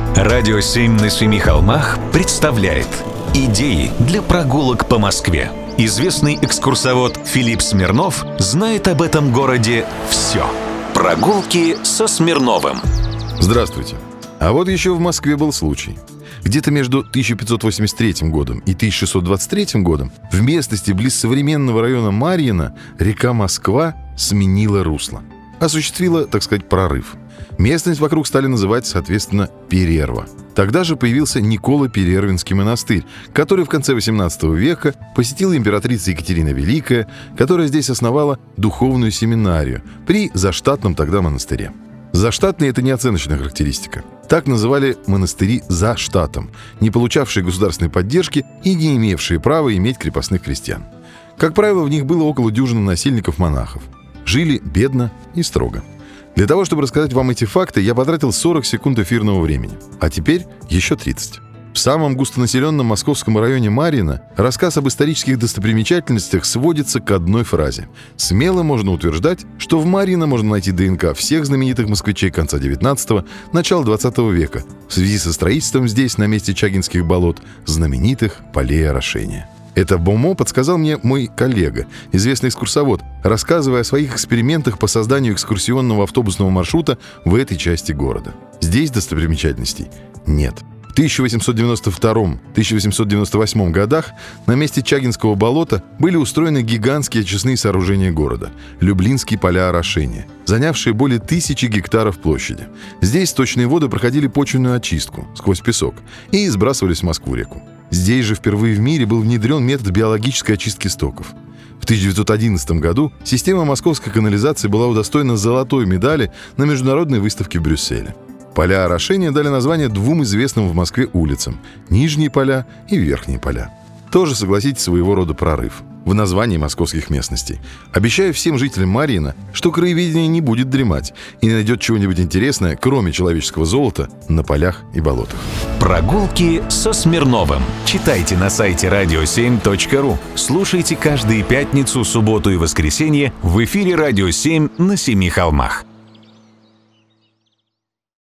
Радио 7 на семи холмах представляет идеи для прогулок по Москве. Известный экскурсовод Филипп Смирнов знает об этом городе все. Прогулки со Смирновым. Здравствуйте. А вот еще в Москве был случай. Где-то между 1583 годом и 1623 годом в местности близ современного района Марьино река Москва сменила русло. Осуществила, так сказать, прорыв. Местность вокруг стали называть, соответственно, Перерва. Тогда же появился Николо-Перервинский монастырь, который в конце XVIII века посетила императрица Екатерина Великая, которая здесь основала духовную семинарию при заштатном тогда монастыре. Заштатный — это не оценочная характеристика. Так называли монастыри за штатом, не получавшие государственной поддержки и не имевшие права иметь крепостных крестьян. Как правило, в них было около дюжины насильников-монахов. Жили бедно и строго. Для того, чтобы рассказать вам эти факты, я потратил 40 секунд эфирного времени. А теперь еще 30. В самом густонаселенном московском районе Марьино рассказ об исторических достопримечательностях сводится к одной фразе. Смело можно утверждать, что в Марьино можно найти ДНК всех знаменитых москвичей конца 19-го, начала 20 века в связи со строительством здесь, на месте Чагинских болот, знаменитых полей орошения. Это БОМО подсказал мне мой коллега, известный экскурсовод, рассказывая о своих экспериментах по созданию экскурсионного автобусного маршрута в этой части города. Здесь достопримечательностей нет. В 1892-1898 годах на месте Чагинского болота были устроены гигантские очистные сооружения города – Люблинские поля орошения, занявшие более 1000 гектаров площади. Здесь сточные воды проходили почвенную очистку сквозь песок и сбрасывались в Москву-реку. Здесь же впервые в мире был внедрен метод биологической очистки стоков. В 1911 году система московской канализации была удостоена золотой медали на международной выставке в Брюсселе. Поля орошения дали название двум известным в Москве улицам – Нижние поля и Верхние поля. Тоже, согласитесь, своего рода прорыв в названии московских местностей. Обещаю всем жителям Марьино, что краеведение не будет дремать и найдет чего-нибудь интересное, кроме человеческого золота, на полях и болотах. Прогулки со Смирновым. Читайте на сайте radio7.ru. Слушайте каждые пятницу, субботу и воскресенье в эфире «Радио 7» на семи холмах.